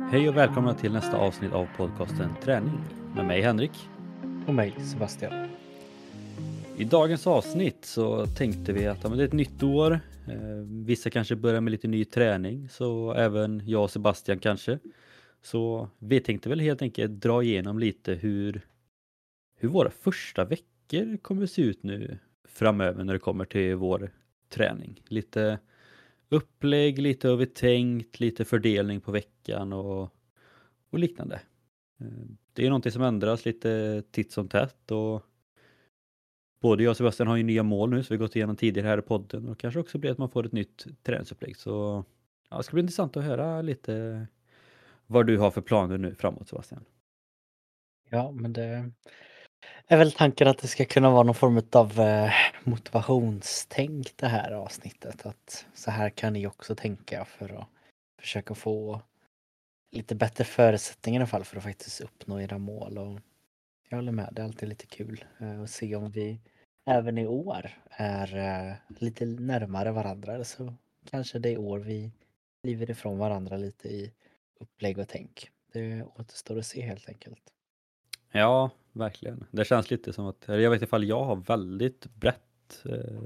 Hej och välkomna till nästa avsnitt av podcasten Träning med mig Henrik. Och mig, Sebastian. I dagens avsnitt så tänkte vi att det är ett nytt år. Vissa kanske börjar med lite ny träning, så även jag och Sebastian kanske. Så vi tänkte väl helt enkelt dra igenom lite hur våra första veckor kommer se ut nu framöver när det kommer till vår träning. Lite upplägg, lite övertänkt, lite fördelning på veckan och liknande. Det är någonting som ändras lite titt som tätt och både jag och Sebastian har ju nya mål nu, så vi har gått igenom tidigare här i podden, och kanske också blir att man får ett nytt träningsupplägg. Så ja, det ska bli intressant att höra lite vad du har för planer nu framåt, Sebastian. Ja, men det är väl tanken att det ska kunna vara någon form av motivationstänk det här avsnittet. Att så här kan ni också tänka för att försöka få lite bättre förutsättningar i alla fall för att faktiskt uppnå era mål. Och jag håller med, det är alltid lite kul att se om vi även i år är lite närmare varandra. Eller så kanske det är i år vi kliver ifrån varandra lite i upplägg och tänk. Det återstår att se helt enkelt. Ja, verkligen. Det känns lite som att, jag vet ifall jag har väldigt brett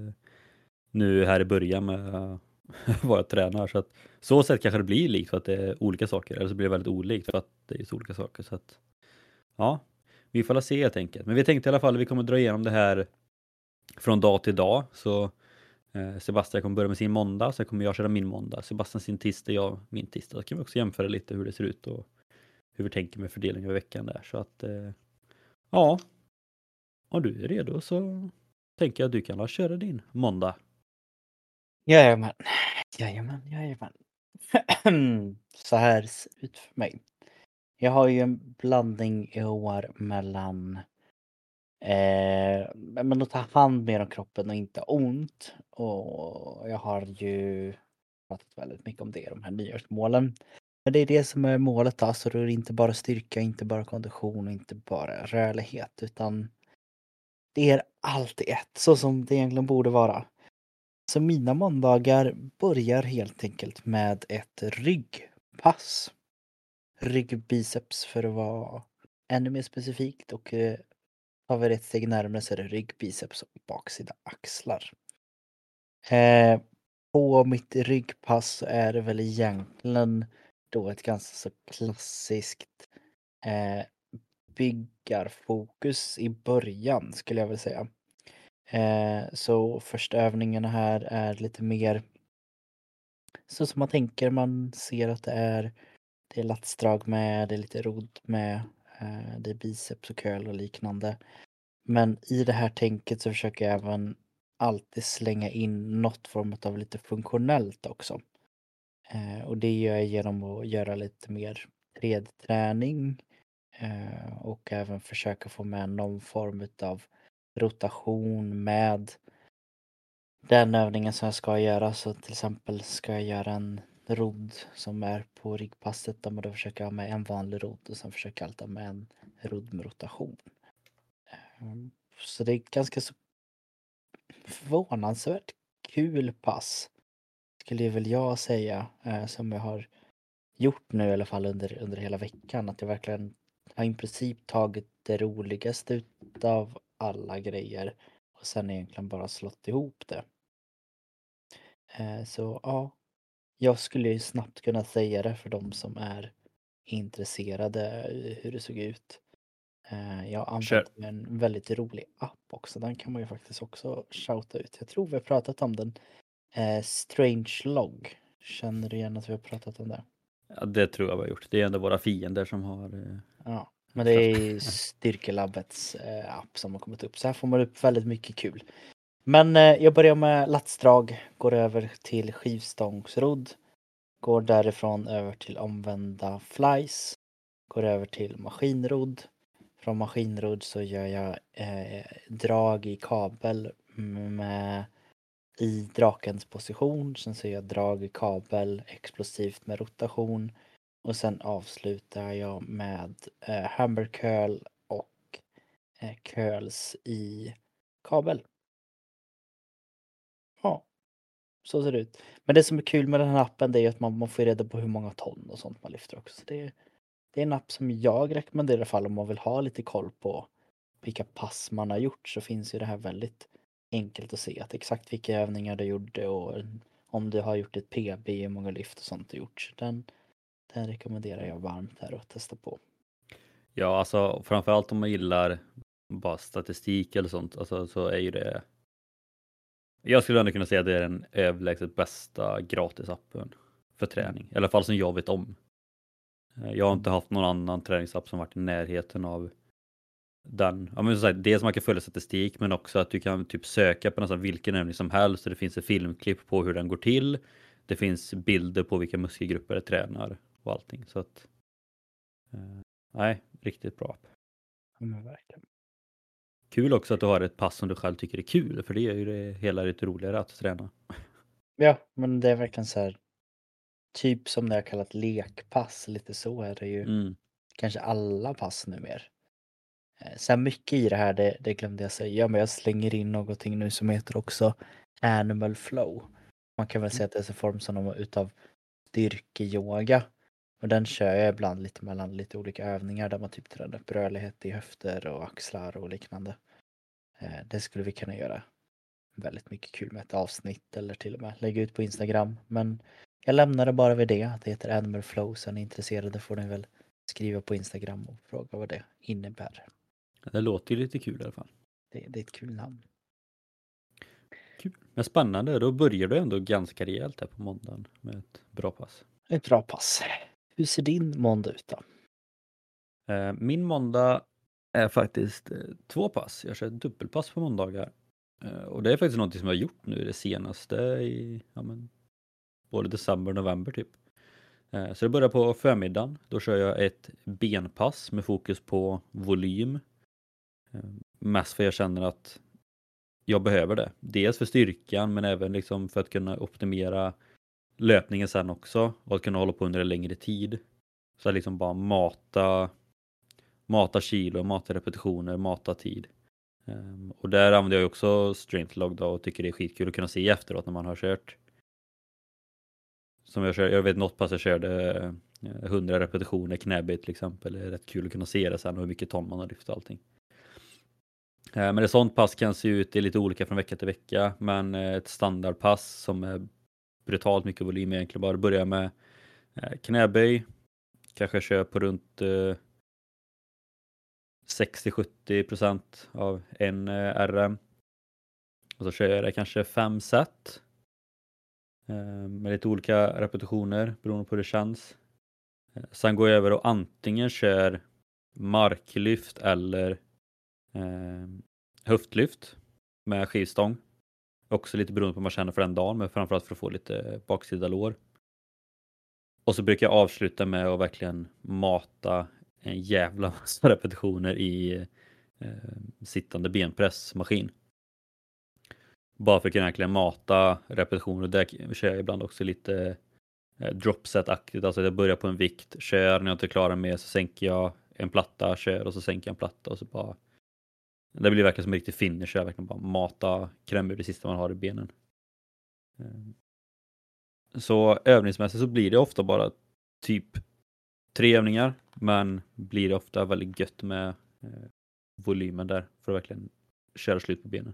nu här i början med vad jag tränar, så att så sätt kanske det blir likt för att det är olika saker, eller så blir det väldigt olikt för att det är så olika saker. Så att ja, vi får se helt enkelt. Men vi tänkte i alla fall att vi kommer dra igenom det här från dag till dag. Så Sebastian kommer börja med sin måndag, sen kommer jag köra min måndag. Sebastian sin tisdag, jag min tisdag. Då kan vi också jämföra lite hur det ser ut och hur vi tänker med fördelning över veckan där. Så att ja, om du är redo så tänker jag att du kan köra din måndag. Jajamän, jajamän. Så här ser det ut för mig. Jag har ju en blandning i år mellan men att ta hand mer om kroppen och inte ont. Och jag har ju pratat väldigt mycket om det, de här nyårsmålen. Men det är det som är målet, alltså det är inte bara styrka, inte bara kondition och inte bara rörlighet, utan det är allt i ett, så som det egentligen borde vara. Så mina måndagar börjar helt enkelt med ett ryggpass. Ryggbiceps för att vara ännu mer specifikt, och tar vi ett steg närmare så är det ryggbiceps och baksida axlar. På mitt ryggpass så är det väl egentligen då ett ganska så klassiskt eh, byggarfokus i början, skulle jag väl säga. Så första övningarna här är lite mer så som man tänker, man ser att det är latsdrag med, det är lite rodd med, det är biceps och curl och liknande. Men i det här tänket så försöker jag även alltid slänga in något form av lite funktionellt också. Och det gör jag genom att göra lite mer träning och även försöka få med någon form av rotation med den övningen som jag ska göra. Så till exempel ska jag göra en rodd som är på ryggpasset, där man då försöker ha med en vanlig rodd och sen försöker jag alltid ha med en rodd med rotation. Så det är ganska så förvånansvärt kul pass, skulle väl jag säga, som jag har gjort nu i alla fall under hela veckan. Att jag verkligen har i princip tagit det roligaste utav alla grejer och sen egentligen bara slått ihop det. Så ja, jag skulle ju snabbt kunna säga det för de som är intresserade hur det såg ut. Jag Kör. använder en väldigt rolig app också. Den kan man ju faktiskt också shouta ut. Jag tror vi har pratat om den. Strangelog. Känner du igen att vi har pratat om det? Ja, det tror jag vi har gjort. Det är ändå våra fiender som har Ja, men det är Styrkelabbets app som har kommit upp. Så här får man upp väldigt mycket kul. Men jag börjar med latsdrag, går över till skivstångsrodd, går därifrån över till omvända flies, går över till maskinrodd. Från maskinrodd så gör jag drag i kabel med i drakens position. Sen så gör jag drag i kabel explosivt med rotation. Och sen avslutar jag med hammer curl och curls i kabel. Ja, Så ser det ut. Men det som är kul med den här appen det är ju att man får reda på hur många ton och sånt man lyfter också. Så det är en app som jag rekommenderar i alla fall om man vill ha lite koll på vilka pass man har gjort så finns ju det här väldigt enkelt att se att exakt vilka övningar du gjorde och om du har gjort ett PB, hur många lyft och sånt du gjort. Så den rekommenderar jag varmt här att testa på. Ja, alltså framförallt om man gillar bara statistik eller sånt, alltså, så är ju det. Jag skulle ändå kunna säga att det är den överlägset bästa gratisappen för träning. I alla fall som jag vet om. Jag har inte haft någon annan träningsapp som varit i närheten av den. Ja, men så här, det som man kan följa statistik men också att du kan typ söka på nästan vilken övning som helst. Det finns ett filmklipp på hur den går till. Det finns bilder på vilka muskelgrupper det tränar och allting. Så att, nej, riktigt bra app. Ja, men verkligen. Kul också att du har ett pass som du själv tycker är kul, för det gör ju det hela lite roligare att träna. Ja, men det är verkligen så här typ som det jag kallat lekpass, lite så är det ju Mm. kanske alla pass numera. Sen mycket i det här, det glömde jag säga, men jag slänger in någonting nu som heter också Animal Flow. Man kan väl säga att det är en form som utav styrkeyoga. Och den kör jag ibland lite mellan lite olika övningar där man typ tränar upp rörlighet i höfter och axlar och liknande. Det skulle vi kunna göra väldigt mycket kul med ett avsnitt eller till och med lägga ut på Instagram. Men jag lämnar det bara vid det, att det heter Animal Flow. Så är ni intresserade får ni väl skriva på Instagram och fråga vad det innebär. Det låter ju lite kul i alla fall. Det är ett kul namn. Kul. Men spännande, då börjar du ändå ganska rejält här på måndagen med ett bra pass. Ett bra pass. Hur ser din måndag ut då? Min måndag är faktiskt 2 pass. Jag kör ett dubbelpass på måndagar. Och det är faktiskt något som jag har gjort nu det senaste i både december och november typ. Så det börjar på förmiddagen. Då kör jag ett benpass med fokus på volym. Mest för jag känner att jag behöver det. Dels för styrkan men även liksom för att kunna optimera löpningen sen också och att kunna hålla på under en längre tid. Så att liksom bara mata kilo, mata repetitioner, mata tid. Och där använder jag också strength log då och tycker det är skitkul att kunna se efteråt när man har kört. Som jag vet något pass jag körde 100 repetitioner knäböj till exempel. Det är rätt kul att kunna se det sen och hur mycket ton man har lyft och allting. Men ett sånt pass kan se ut, det är lite olika från vecka till vecka, men ett standardpass som är brutalt mycket volym egentligen bara börja med knäböj, kanske kör på runt 60-70% av en RM. Och så kör jag det kanske 5 set med lite olika repetitioner beroende på hur det känns. Sen går jag över och antingen kör marklyft eller höftlyft med skivstång. Också lite beroende på vad man känner för den dagen, men framförallt för att få lite baksida lår. Och så brukar jag avsluta med att verkligen mata en jävla massa repetitioner i sittande benpressmaskin. Bara för att kunna verkligen mata repetitioner. Där kör jag ibland också lite dropset-aktigt. Alltså jag börjar på en vikt, kör, när jag inte klarar mer så sänker jag en platta, kör och så sänker jag en platta och så bara. Det blir verkligen som en riktig finish. Jag verkligen bara mata kräm ur det sista man har i benen. Så övningsmässigt så blir det ofta bara typ 3 övningar, men blir det ofta väldigt gött med volymen där för att verkligen köra slut på benen.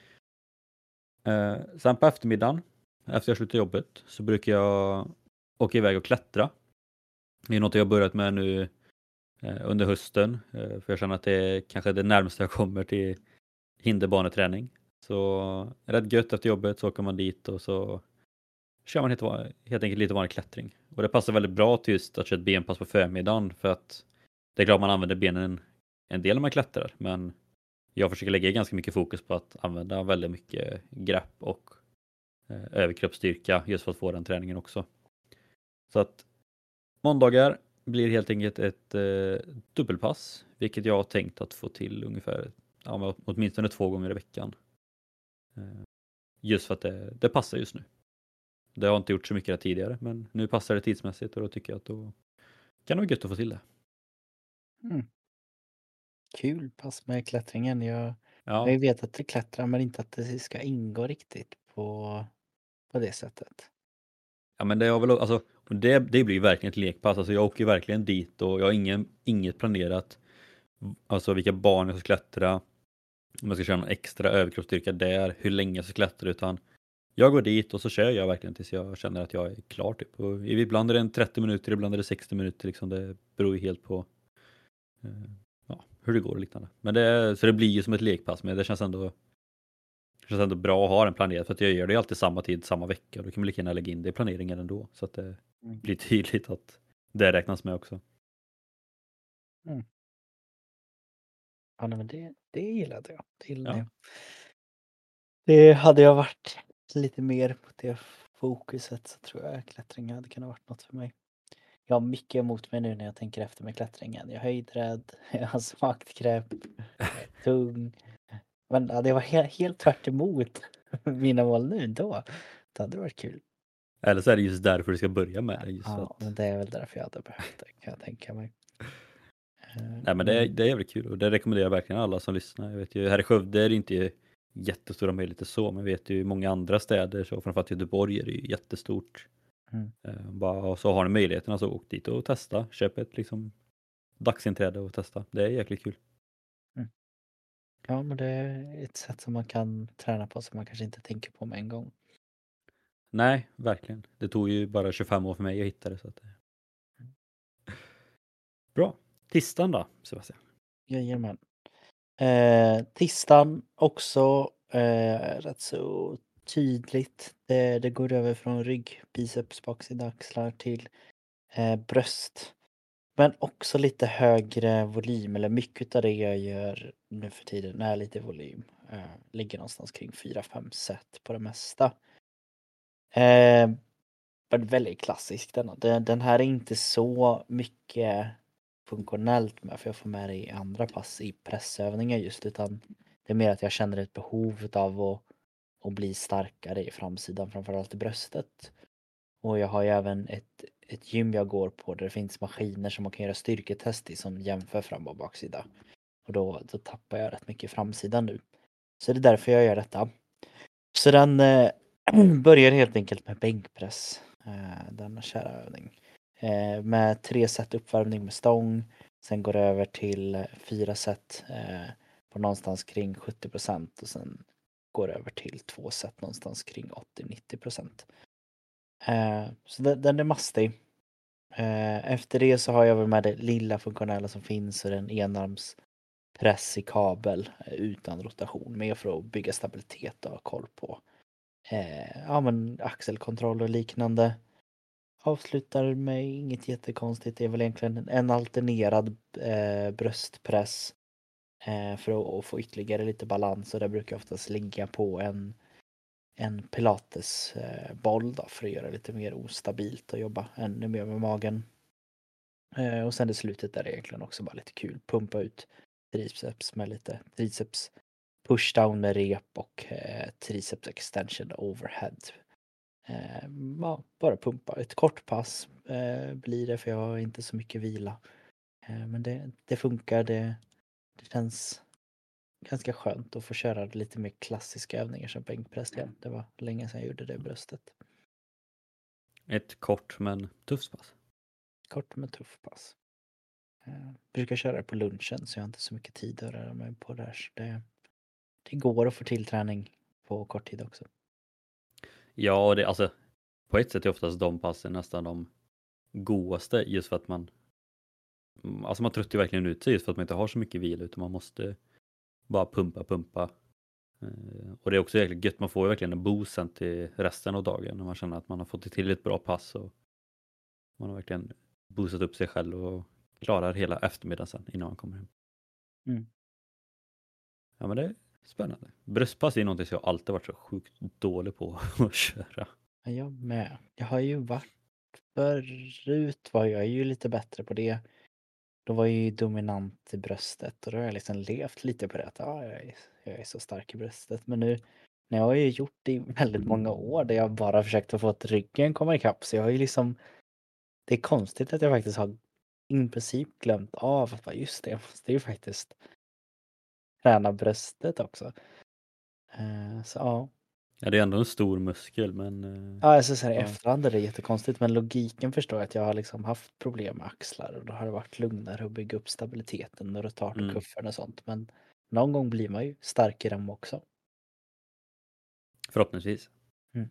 Sen på eftermiddagen, efter jag slutar jobbet, så brukar jag åka iväg och klättra. Det är något jag har börjat med nu under hösten, för jag känner att det är kanske det närmaste jag kommer till hinderbaneträning. Så rätt gött efter jobbet så åker man dit och så kör man helt enkelt lite vanlig klättring. Och det passar väldigt bra till just att köra ett benpass på förmiddagen för att det är klart man använder benen en del när man klättrar, men jag försöker lägga ganska mycket fokus på att använda väldigt mycket grepp och överkroppsstyrka just för att få den träningen också. Så att måndagar blir helt enkelt ett dubbelpass, vilket jag har tänkt att få till ungefär åtminstone 2 gånger i veckan. Just för att det passar just nu. Det har inte gjort så mycket tidigare, men nu passar det tidsmässigt och då tycker jag att då kan det vara gött att få till det. Mm. Kul pass med klättringen. Jag Ja, vet att det klättrar men inte att det ska ingå riktigt på på det sättet. Ja men det har väl, alltså, och det blir ju verkligen ett lekpass. Alltså jag åker ju verkligen dit och jag har inget planerat. Alltså vilka barn jag ska klättra, om jag ska köra någon extra överkroppsstyrka där, hur länge jag ska klättra, utan jag går dit och så kör jag verkligen tills jag känner att jag är klar typ. Och ibland är det en 30 minuter, ibland är det 60 minuter liksom. Det beror ju helt på ja, hur det går och liknande. Men så det blir ju som ett lekpass, men det känns ändå bra att ha den planerad, för att jag gör det ju alltid samma tid, samma vecka, och då kan man lika gärna lägga in det i planeringen ändå, så att det Mm. blir tydligt att det räknas med också. Mm. Ja, nej, men det gillade jag. Det gillade Ja. jag. Det hade jag varit lite mer på det fokuset så tror jag klättring hade kunnat varit något för mig. Jag har mycket emot mig nu när jag tänker efter med klättringen. Jag är höjdrädd, jag har svagt grepp, jag är tung. Men hade jag var helt tvärt emot mina mål nu då, då hade det varit kul. Eller så är det just därför du ska börja med det. Just Ja, att, men det är väl därför jag hade behövt det kan jag tänka mig. nej men det är jävligt kul, och det rekommenderar jag verkligen alla som lyssnar. Jag vet ju, här i Skövde är det inte jättestora möjligheter så, men jag vet ju i många andra städer, så framförallt Göteborg är det ju jättestort. Mm. Bara så har ni möjligheten, alltså åk dit och testa. Köp ett liksom dagsinträde och testa. Det är jäkligt kul. Ja, men det är ett sätt som man kan träna på som man kanske inte tänker på med en gång. Nej, verkligen. Det tog ju bara 25 år för mig att hitta det. Så att... Bra. Tisdagen då, Sebastian? Jajamän. Tisdagen också rätt så tydligt. Det går över från rygg, biceps, baksida axlar till bröst. Men också lite högre volym, eller mycket av det jag gör nu för tiden är lite volym. Ligger någonstans kring 4-5 set på det mesta. Men väldigt klassisk denna. Den här är inte så mycket funktionellt med, för jag får med det i andra pass i pressövningar just, utan det är mer att jag känner ett behov av att bli starkare i framsidan, framförallt i bröstet. Och jag har ju även ett gym jag går på där det finns maskiner som man kan göra styrketest i som jämför fram och baksida. Och då tappar jag rätt mycket i framsidan nu. Så det är därför jag gör detta. Så den börjar helt enkelt med bänkpress. Denna kära övning. Med 3 set uppvärmning med stång. Sen går det över till 4 set på någonstans kring 70% och sen går det över till 2 set någonstans kring 80-90%. Så den är mastig. Efter det så har jag väl med det lilla funktionella som finns, och den enarmspress i kabel utan rotation, mer för att bygga stabilitet och ha koll på ja men axelkontroll och liknande. Avslutar med inget jättekonstigt. Det är väl egentligen en alternerad bröstpress för att få ytterligare lite balans, och där brukar jag oftast ligga på en pilatesboll då, för att göra det lite mer ostabilt och jobba ännu mer med magen. Och sen i slutet är det egentligen också bara lite kul. Pumpa ut triceps med lite triceps pushdown med rep och triceps extension overhead. Ja, bara pumpa. Ett kort pass blir det, för jag har inte så mycket vila. Men det funkar. Det känns ganska skönt att få köra lite mer klassiska övningar som bänkpress igen. Det var länge sedan jag gjorde det i bröstet. Ett kort men tufft pass. Kort men tuff pass. Brukar köra det på lunchen, så jag har inte så mycket tid att röra mig på det här. Så det går att få till träning på kort tid också. Ja, och det, alltså, på ett sätt är oftast de passen nästan de godaste, just för att man tröttar ju verkligen ut sig, just för att man inte har så mycket vila, utan man måste bara pumpa. Och det är också jäkligt gött, man får ju verkligen en boost sen till resten av dagen när man känner att man har fått till ett bra pass och man har verkligen boostat upp sig själv och klarar hela eftermiddagen sen innan man kommer hem. Mm. Ja, men det är spännande. Bröstpass är någonting som jag alltid varit så sjukt dålig på att köra. Ja, jag med. Jag har ju varit förut var jag ju lite bättre på det. Då var jag ju dominant i bröstet, och då har jag liksom levt lite på det att ja, jag är så stark i bröstet. Men nu när jag har ju gjort det i väldigt många år där jag bara försökt att få att ryggen komma ikapp, så jag har ju liksom, det är konstigt att jag faktiskt har i princip glömt av att just det, jag måste ju faktiskt träna bröstet också. Så ja. Ja, det är ändå en stor muskel, men Ja, alltså så här i ja. efterhand är det jättekonstigt, men logiken förstår jag att jag har liksom haft problem med axlar och då har det varit lugnare att bygga upp stabiliteten och rotart och Mm. kuffen och sånt. Men någon gång blir man ju stark i dem också. Förhoppningsvis. Mm.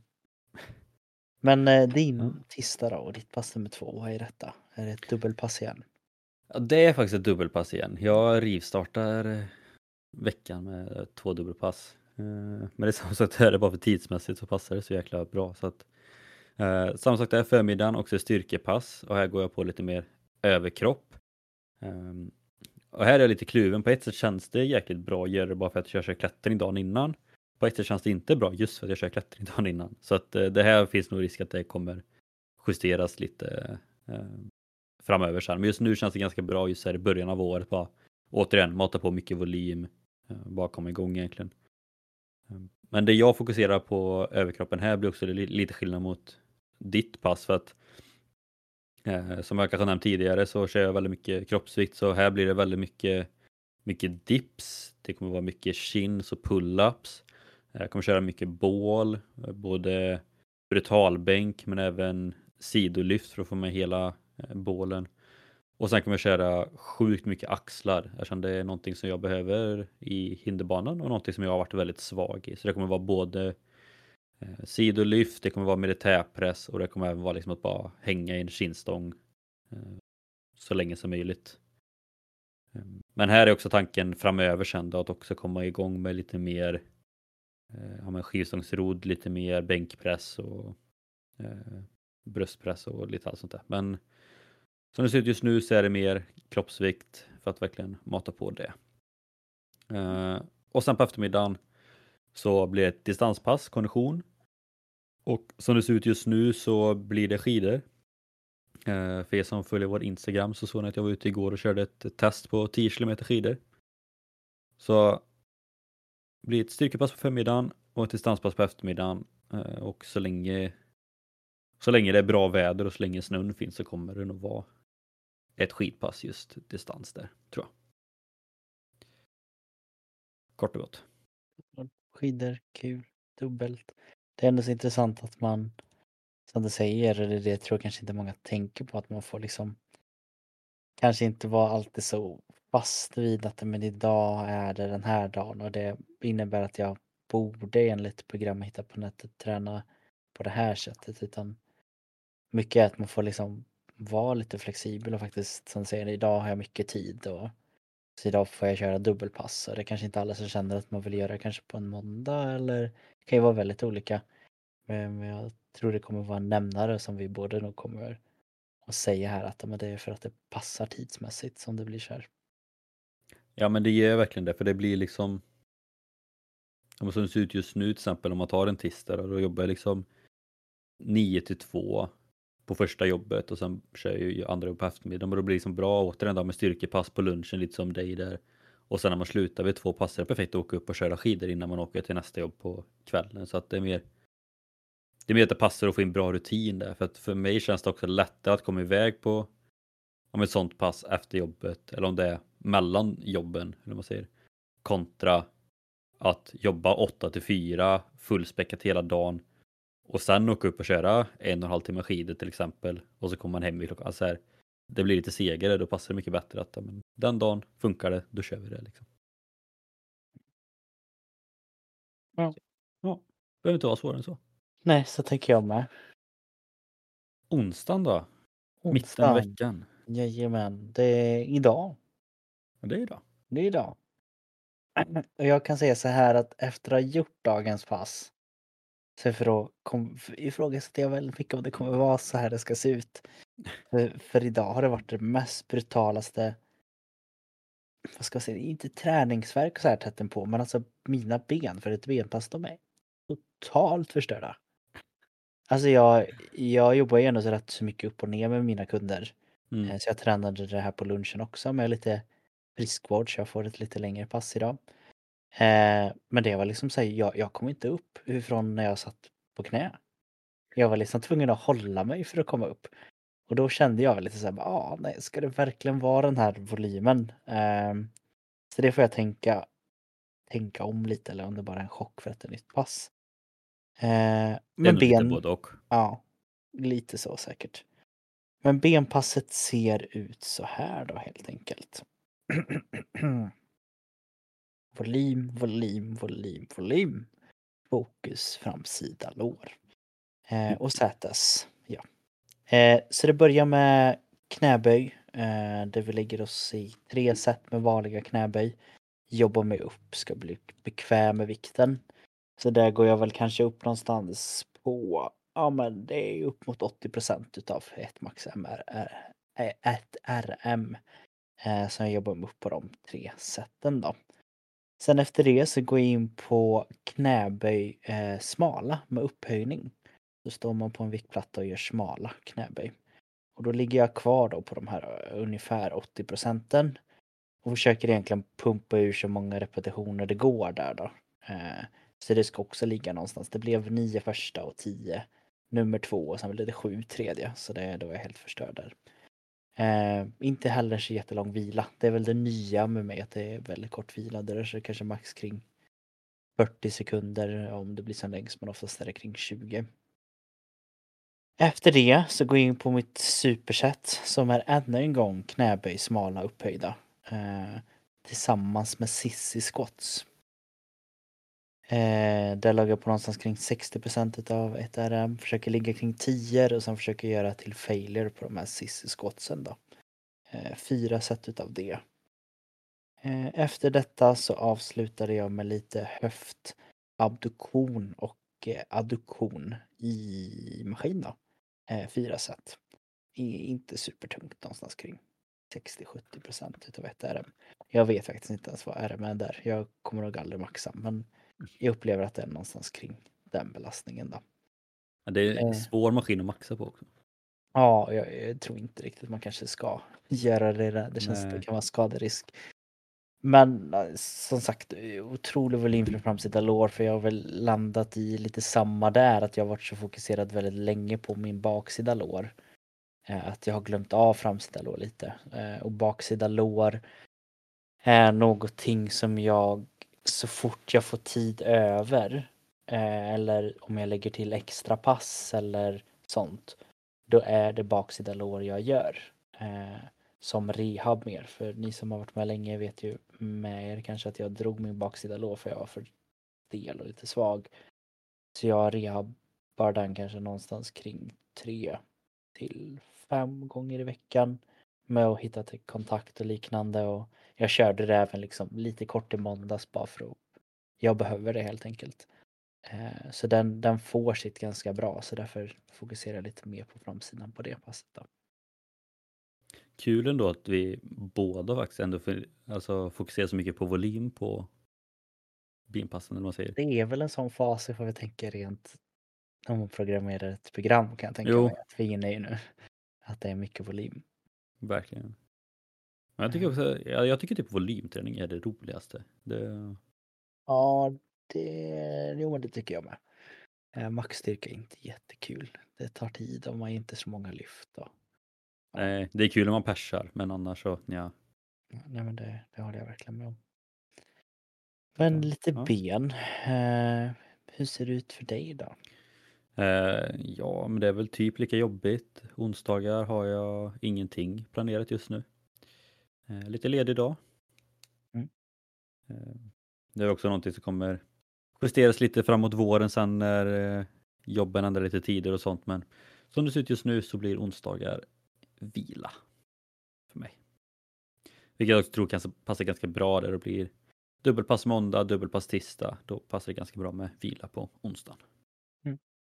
Men Ja. din tisdag då och ditt pass nummer 2, vad är detta? Är det ett dubbelpass igen? Ja, det är faktiskt ett dubbelpass igen. Jag rivstartar veckan med 2 dubbelpass. Men det är samma sak där, det är bara för tidsmässigt så passar det så jäkla bra. Så att, samma sak där, förmiddagen också ett styrkepass och här går jag på lite mer överkropp. Ehm, och här är jag lite kluven. På ett sätt känns det jäkligt bra att göra det bara för att jag kör klättring dagen innan. På ett sätt känns det inte bra just för att jag kör klättring dagen innan. Så att det här finns nog risk att det kommer justeras lite framöver sen. Men just nu känns det ganska bra just här i början av året. Bara, återigen, mata på mycket volym. Bara komma igång egentligen. Men det jag fokuserar på överkroppen här blir också lite skillnad mot ditt pass. För att som jag kanske nämnt tidigare så kör jag väldigt mycket kroppsvikt. Så här blir det väldigt mycket dips. Det kommer vara mycket chins och pull-ups. Jag kommer köra mycket bål. Både brutalbänk men även sidolyft för att få med hela bålen. Och sen kommer jag köra sjukt mycket axlar eftersom det är någonting som jag behöver i hinderbanan och någonting som jag har varit väldigt svag i. Så det kommer vara både sidolyft, det kommer vara militärpress och det kommer även vara liksom att bara hänga i en kinstång så länge som möjligt. Men här är också tanken framöver sen då att också komma igång med lite mer skivstångsrodd, lite mer bänkpress och bröstpress och lite allt sånt där. Men som det ser ut just nu så är det mer kroppsvikt för att verkligen mata på det. Och sen på eftermiddagen så blir det ett distanspass, kondition. Och som det ser ut just nu så blir det skidor. För er som följer vår Instagram så såg ni att jag var ute igår och körde ett test på 10 km skidor. Så det blir ett styrkepass på förmiddagen och ett distanspass på eftermiddagen. Och så länge det är bra väder och så länge snön finns så kommer det nog vara ett skidpass just distans där, tror jag. Kort och gott. Skidor, kul, dubbelt. Det är ändå så intressant att man, som du säger, eller det tror jag kanske inte många tänker på, att man får liksom kanske inte vara alltid så fast vid att men idag är det den här dagen och det innebär att jag borde enligt program hitta på nätet träna på det här sättet, utan mycket är att man får liksom vara lite flexibel och faktiskt som du säger, idag har jag mycket tid och så idag får jag köra dubbelpass och det är kanske inte alla som känner att man vill göra det kanske på en måndag eller det kan ju vara väldigt olika. Men jag tror det kommer vara en nämnare som vi båda nog kommer att säga här att men det är för att det passar tidsmässigt som det blir så här. Ja men det ger verkligen det för det blir liksom som det ser ut just nu till exempel om man tar en tisdag då jobbar jag liksom 9 till 2 på första jobbet och sen kör jag ju andra jobb på eftermiddagen och då blir det liksom bra återigen då med styrkepass på lunchen lite som dig där. Och sen när man slutar vid 2 pass är det perfekt att åka upp och köra skidor innan man åker till nästa jobb på kvällen så att det är mer att det passar att få in bra rutin där för att för mig känns det också lättare att komma iväg på om ett sånt pass efter jobbet eller om det är mellan jobben eller vad man säger kontra att jobba 8 till 4 fullspäckat hela dagen och sen åka upp och köra 1,5 timme skidor till exempel och så kommer man hem vid klockan. Alltså här, det blir lite segare, då passar det mycket bättre att men, den dagen funkar det, då kör vi det. Liksom. Ja. Ja, behöver inte vara svårare än så. Nej, så tänker jag med. Onsdagen då? Mitten av Onsdagen. veckan. Jajamän, det är idag. Ja, det är idag. Det är idag. Och jag kan säga så här att efter att ha gjort dagens pass så ifrågasätter jag väldigt mycket om det kommer vara så här det ska se ut. För idag har det varit det mest brutalaste, vad ska jag säga, inte träningsvärk och så här tätt på, men alltså mina ben för ett benpass, de är totalt förstörda. Alltså jag jobbar ju ändå så rätt så mycket upp och ner med mina kunder. Mm. Så jag tränade det här på lunchen också med lite friskvård så jag får ett lite längre pass idag. Men det var liksom så här, jag kom inte upp ifrån när jag satt på knä. Jag var liksom tvungen att hålla mig för att komma upp. Och då kände jag väl lite så här, nej, ska det verkligen vara den här volymen? Så det får jag tänka om lite eller om det bara är en chock för att det är nytt pass. Det är Men nog lite ben, både och. ja, lite så säkert. Men benpasset ser ut så här då helt enkelt. Volym, volym, volym, volym. Fokus, framsida, lår. Och ZS, ja. Så det börjar med knäböj. Där vi lägger oss i 3 set med vanliga knäböj. Jobbar mig upp, ska bli bekväm med vikten. Så där går jag väl kanske upp någonstans på, ja men det är upp mot 80% utav ett max ett RM. Så jag jobbar mig upp på de 3 seten då. Sen efter det så går jag in på knäböj smala med upphöjning. Då står man på en viktplatta och gör smala knäböj. Och då ligger jag kvar då på de här ungefär 80% och försöker egentligen pumpa ur så många repetitioner det går där då. Så det ska också ligga någonstans. Det blev 9 första och 10 nummer 2 och sen blev det 7 tredje. Så då är jag helt förstörd där. Inte heller så jättelång vila. Det är väl det nya med mig att det är väldigt kort vila. Det rör sig kanske max kring 40 sekunder om det blir som längst, men oftast är det kring 20. Efter det så går jag in på mitt superset som är ännu en gång knäböj smala upphöjda. Tillsammans med sissy squats. Där låg jag på någonstans kring 60% utav ett RM. Försöker ligga kring 10 och sen försöker göra till failure på de här sissy squatsen då. 4 set utav det. Efter detta så avslutade jag med lite höftabduktion och adduktion i maskin då. 4 set. Inte supertungt, någonstans kring 60-70% utav ett RM. Jag vet faktiskt inte ens vad RM är där. Jag kommer nog aldrig maxa, men jag upplever att det är någonstans kring den belastningen då. Ja, det är en svår maskin att maxa på också. Ja, jag tror inte riktigt man kanske ska göra det där. Det känns att det kan vara skaderisk. Men som sagt, otrolig volym för framsida lår, för jag har väl landat i lite samma där, att jag varit så fokuserad väldigt länge på min baksida lår. Att jag har glömt av framsida lår lite. Och baksida lår är någonting som jag, så fort jag får tid över, eller om jag lägger till extra pass eller sånt, då är det baksida lår jag gör. Som rehab mer. För ni som har varit med länge vet ju med er kanske att jag drog min baksida lår för jag var för stel och lite svag. Så jag rehabbar den kanske någonstans kring 3 till 5 gånger i veckan med att hitta till kontakt och liknande. Och jag körde det även liksom lite kort i måndags bara för att jag behöver det helt enkelt. Så den får sitt ganska bra, så därför fokuserar jag lite mer på framsidan på det passet då. Kul ändå att vi båda faktiskt ändå fokuserar så mycket på volym på benpassen, eller vad man säger. Det är väl en sån fas får vi tänka rent om man programmerar ett program, kan jag tänka mig Jo, att vi är inne i nu. Att det är mycket volym. verkligen. Men jag tycker också, jag tycker typ volymträning är det roligaste. Ja, jo men det tycker jag med. Maxstyrka är inte jättekul. Det tar tid och man är inte så många lyft. Och, Nej, det är kul när man persar, men annars så, ja. nej men det håller jag verkligen med om. Men lite Ja. ben. Hur ser det ut för dig då? Ja, men det är väl typ lika jobbigt. Onsdagar har jag ingenting planerat just nu. Lite ledig dag. Mm. Det är också någonting som kommer justeras lite framåt våren sen när jobben ändrar lite tider och sånt. Men som det ser ut just nu så blir onsdagar vila för mig. Vilket jag också tror kan passa ganska bra där det blir dubbelpass måndag, dubbelpass tisdag. Då passar det ganska bra med vila på onsdagen. Mm.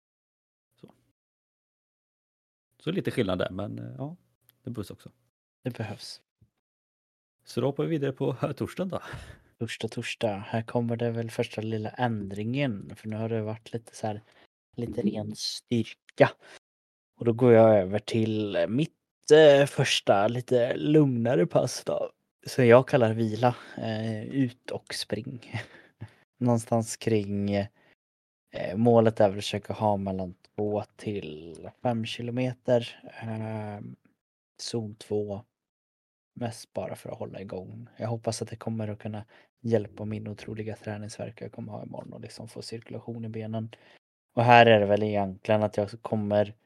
Så lite skillnad där, men ja, det behövs också. Det behövs. Så då hoppar vi vidare på torsdagen då. Torsdag. Här kommer det väl första lilla ändringen. För nu har det varit lite så här, lite ren styrka. Och då går jag över till mitt första lite lugnare pass då. Så jag kallar vila. Ut och spring. Någonstans kring målet är väl att försöka ha mellan 2 till 5 kilometer. Zon 2. Mest bara för att hålla igång. Jag hoppas att det kommer att kunna hjälpa min otroliga träningsvärk jag kommer ha imorgon och liksom få cirkulation i benen. Och här är det väl egentligen att jag kommer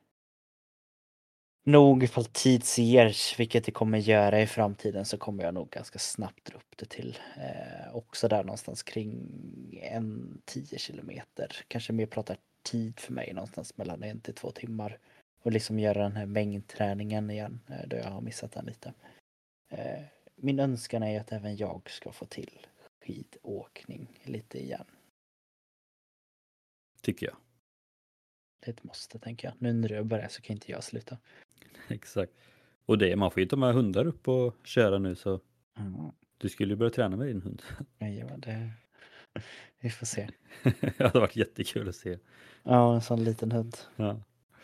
nog ifall tid ser, vilket det kommer göra i framtiden, så kommer jag nog ganska snabbt dra upp det till också där någonstans kring 10 kilometer. Kanske mer pratar tid för mig någonstans mellan 1 till 2 timmar. Och liksom göra den här mängdträningen igen då jag har missat den lite. Min önskan är ju att även jag ska få till skidåkning lite igen. Tycker jag. Det är ett måste, tänker jag. Nu när du börjar så kan inte jag sluta. Exakt. Och man får ju ta med hundar upp och köra nu, så du skulle ju börja träna med din hund. Ja, det... Vi får se. Det hade varit jättekul att se. Ja, en sån liten hund. Ja.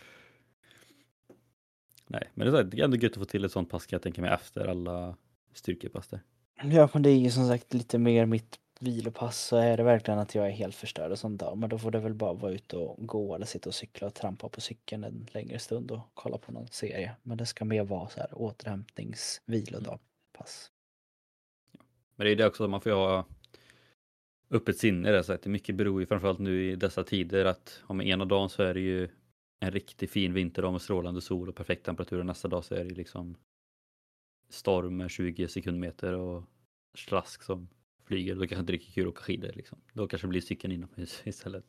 Nej, men det är ändå gött att få till ett sånt pass, kan jag tänka mig, efter alla styrkepass där. Ja, men det är ju som sagt lite mer mitt vilopass, så är det verkligen att jag är helt förstörd och sånt där. Men då får det väl bara vara ute och gå eller sitta och cykla och trampa på cykeln en längre stund och kolla på någon serie. Men det ska mer vara så här återhämtningsvilodag-pass. Men det är det också, man får ju ha öppet sinne där, så att det mycket beror ju framförallt nu i dessa tider att om ena dagen så är det ju en riktigt fin vinterdag med strålande sol och perfekt temperatur, och nästa dag så är det liksom storm med 20 sekundmeter och slask som flyger. Då kanske inte riktigt kul att åka skidor liksom. Då kanske det blir cykeln inomhus istället.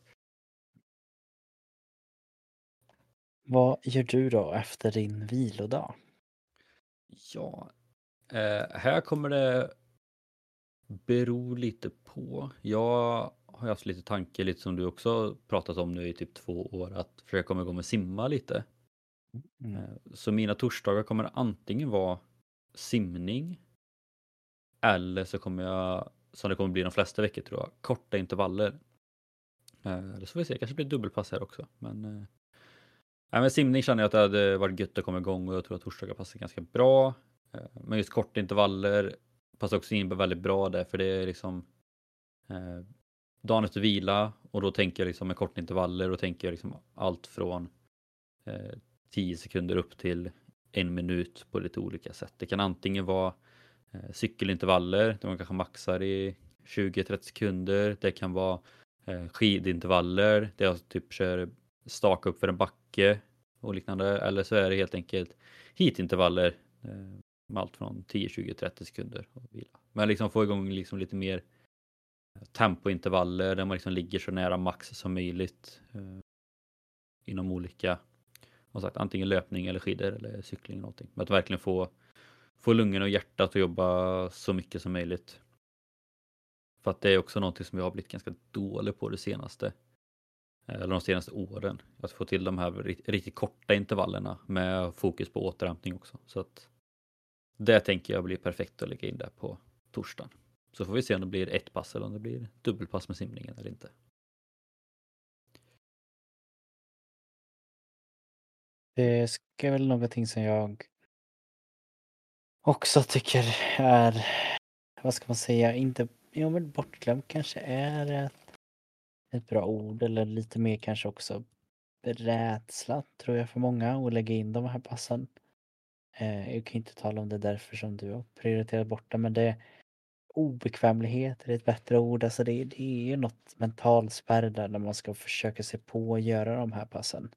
Vad gör du då efter din vilodag? Ja, här kommer det bero lite på. Jag har haft lite tanke, lite som du också pratat om nu i typ 2 år, att försöka komma igång med simma lite. Så mina torsdagar kommer antingen vara simning, eller så kommer jag, som det kommer bli de flesta veckor tror jag, korta intervaller. Det får vi se, kanske blir dubbelpass här också. Men simning känner jag att det hade varit gött att komma igång, och jag tror att torsdagar passar ganska bra. Men just korta intervaller passar också in väldigt bra där, för det är liksom dagen efter vila, och då tänker jag liksom med korta intervaller, och tänker jag liksom allt från 10 sekunder upp till 1 minut på lite olika sätt. Det kan antingen vara cykelintervaller där man kanske maxar i 20-30 sekunder. Det kan vara skidintervaller där jag typ kör staka upp för en backe och liknande. Eller så är det helt enkelt hitintervaller med allt från 10, 20, 30 sekunder och vila. Men liksom få igång liksom lite mer tempointervaller där man liksom ligger så nära max som möjligt inom olika, som sagt, antingen löpning eller skidor eller cykling eller någonting. Men att verkligen få lungorna och hjärtat att jobba så mycket som möjligt. För att det är också någonting som jag har blivit ganska dålig på det senaste, eller de senaste åren. Att få till de här riktigt korta intervallerna med fokus på återhämtning också. Så att det tänker jag blir perfekt att lägga in där på torsdagen. Så får vi se om det blir ett pass eller om det blir dubbelpass med simningen eller inte. Det ska väl någonting som jag också tycker är, vad ska man säga, inte, ja men bortglömt kanske är ett bra ord, eller lite mer kanske också rädsla tror jag för många att lägga in de här passen. Jag kan inte tala om det därför som du har prioriterat bort det, men det obekvämlighet är ett bättre ord. Alltså det är ju något mentalspärr där när man ska försöka se på och göra de här passen.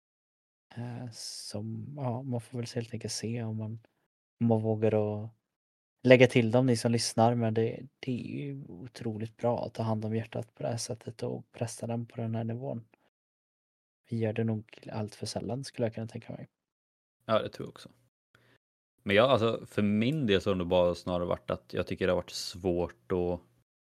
Som, ja, man får väl helt enkelt se om man vågar att lägga till dem, ni som lyssnar, men det är ju otroligt bra att ta hand om hjärtat på det här sättet och pressa den på den här nivån. Vi gör det nog allt för sällan, skulle jag kunna tänka mig. Ja, det tror jag också. Men jag, alltså, för min del så har det nog bara snarare varit att jag tycker det har varit svårt att,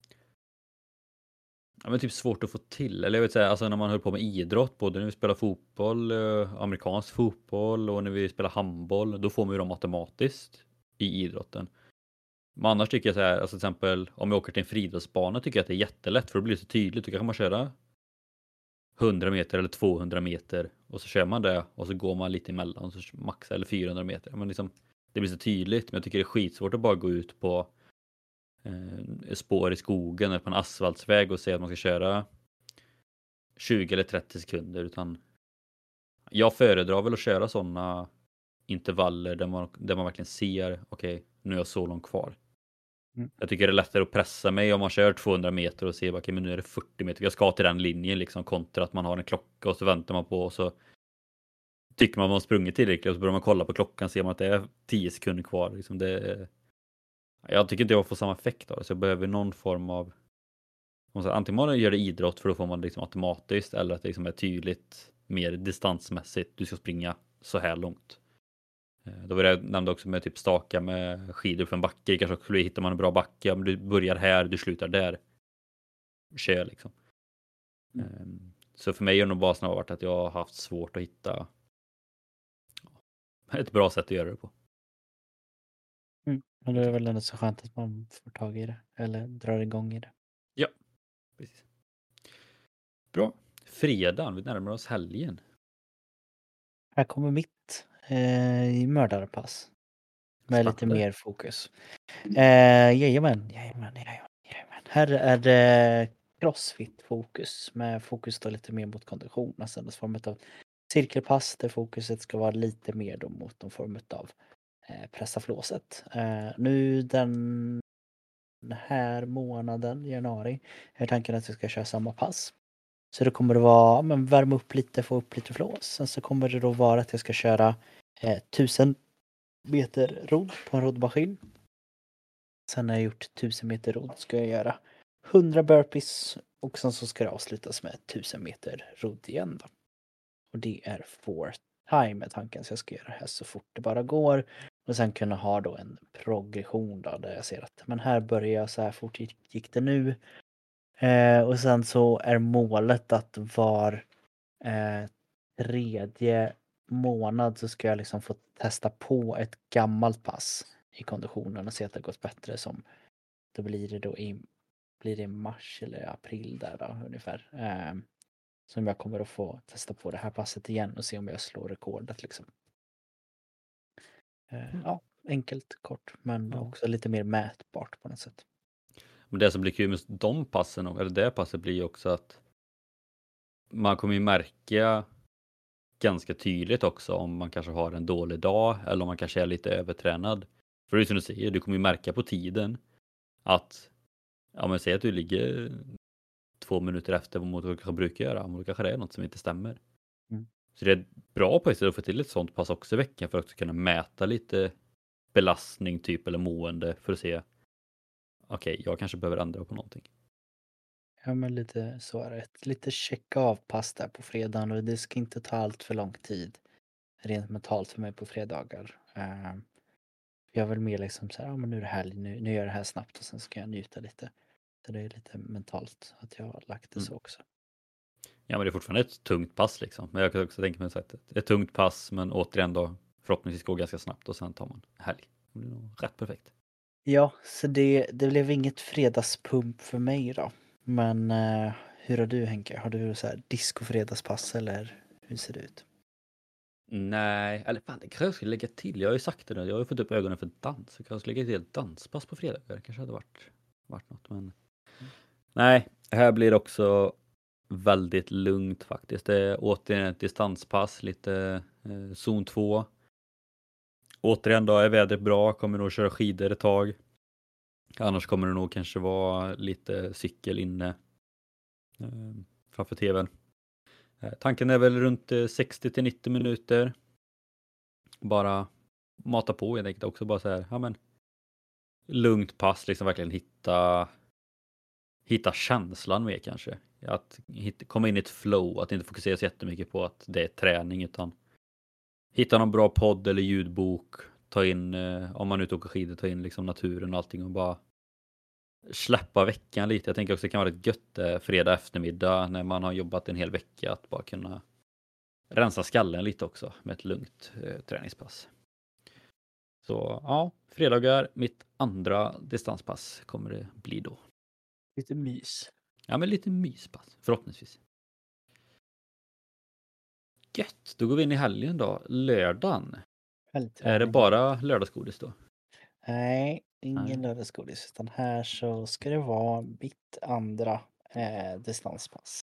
ja, men typ svårt att få till. Eller jag vet säga, alltså när man höll på med idrott, både när vi spelar fotboll, amerikansk fotboll, och när vi spelar handboll, då får man ju dem automatiskt i idrotten. Men annars tycker jag så här, alltså till exempel om jag åker till en friidrottsbana tycker jag att det är jättelätt, för då blir det så tydligt. Då kan man köra 100 meter eller 200 meter och så kör man det och så går man lite emellan och så maxar, eller 400 meter. Men liksom, det blir så tydligt, men jag tycker det är skitsvårt att bara gå ut på spår i skogen eller på en asfaltsväg och säga att man ska köra 20 eller 30 sekunder, utan jag föredrar väl att köra sådana intervaller där man verkligen ser, okej, nu är jag så långt kvar. Mm. Jag tycker det är lättare att pressa mig om man kör 200 meter och ser okej, men nu är det 40 meter. Jag ska till den linjen liksom kontra att man har en klocka och så väntar man på och så tycker man har sprungit tillräckligt och så börjar man kolla på klockan ser man att det är 10 sekunder kvar. Liksom jag tycker inte jag får samma effekt av det, så jag behöver någon form av antingen man gör det idrott för då får man liksom automatiskt eller att det liksom är tydligt mer distansmässigt. Du ska springa så här långt. Då var det jag nämnde också med typ staka med skidor för en backe. Kanske också hittar man en bra backe. Ja, men du börjar här, du slutar där. Kör liksom. Så för mig har det nog bara snarare varit att jag har haft svårt att hitta ett bra sätt att göra det på. Men det är väl ändå så skönt att man får tag i det. Eller drar igång i det. Ja, precis. Bra. Fredagen, vi närmar oss helgen. Här kommer mitt mördarpass. Med lite Spännande. mer fokus. Jajamän. Här är det crossfit-fokus. Med fokus då lite mer mot kondition. Alltså en form av cirkelpass där fokuset ska vara lite mer då mot någon form av pressa flåset. Nu den här månaden, januari, är tanken att jag ska köra samma pass. Så då kommer det vara, men värma upp lite, få upp lite flås. Sen så kommer det då vara att jag ska köra 1000 meter rodd på en roddmaskin. Sen när jag gjort 1000 meter rodd ska jag göra 100 burpees och sen så ska det avslutas med 1000 meter rodd igen då. Och det är 4 time är tanken, så jag ska göra det här så fort det bara går. Och sen kunna ha då en progression då, där jag ser att men här börjar jag så här fort gick det nu. Och sen så är målet att var tredje månad så ska jag liksom få testa på ett gammalt pass i konditionen och se att det har gått bättre som då blir det i mars eller april där då ungefär. Som jag kommer att få testa på det här passet igen och se om jag slår rekordet liksom. Ja, enkelt, kort, men Ja. också lite mer mätbart på något sätt. Men det som blir kul med de passen, eller det passet blir ju också att man kommer ju märka ganska tydligt också om man kanske har en dålig dag eller om man kanske är lite övertränad. För det är som du säger, du kommer ju märka på tiden att, ja men säg att du ligger 2 minuter efter vad du kanske brukar göra, men då kanske det är något som inte stämmer. Mm. Så det är bra på ett sätt att få till ett sånt pass också i veckan för att också kunna mäta lite belastning typ eller mående för att se okej, jag kanske behöver ändra på någonting. Ja, men lite så är det. Ett lite checka av pass där på fredagen och det ska inte ta allt för lång tid rent mentalt för mig på fredagar. Jag är väl mer liksom så här, ja men nu är det helg, nu gör jag det här snabbt och sen ska jag njuta lite. Så det är lite mentalt att jag har lagt det så också. Ja, men det är fortfarande ett tungt pass liksom. Men jag kan också tänka mig så att ett tungt pass, men återigen då förhoppningsvis går ganska snabbt och sen tar man helg. Det blir nog rätt perfekt. Ja, så det blev inget fredagspump för mig då. Men hur har du Henke? Har du så här disco-fredagspass eller hur ser det ut? Nej, eller fan, det kanske jag skulle lägga till. Jag har ju sagt det nu, jag har ju fått upp ögonen för dans. Så jag skulle lägga till ett danspass på fredagar. Det kanske hade varit något, men nej, här blir det också väldigt lugnt faktiskt. Det är återigen ett distanspass, lite zon 2. Återigen då är vädret bra, kommer nog köra skidor ett tag. Annars kommer det nog kanske vara lite cykel inne framför tvn. Tanken är väl runt 60 till 90 minuter. Bara mata på helt enkelt också bara så här, ja men lugnt pass, liksom verkligen hitta känslan med kanske. Att komma in i ett flow, att inte fokusera så jättemycket på att det är träning utan hitta någon bra podd eller ljudbok, ta in, om man är ute och åker skidor, ta in liksom naturen och allting och bara släppa veckan lite. Jag tänker också det kan vara ett gött fredag eftermiddag när man har jobbat en hel vecka att bara kunna rensa skallen lite också med ett lugnt träningspass. Så ja, fredagar, mitt andra distanspass kommer det bli då. Lite mys. Ja, men lite myspass, förhoppningsvis. Gött, då går vi in i helgen då. Lördagen. Är det bara lördagsgodis då? Nej, ingen Nej. lördagsgodis. Utan här så ska det vara mitt andra distanspass.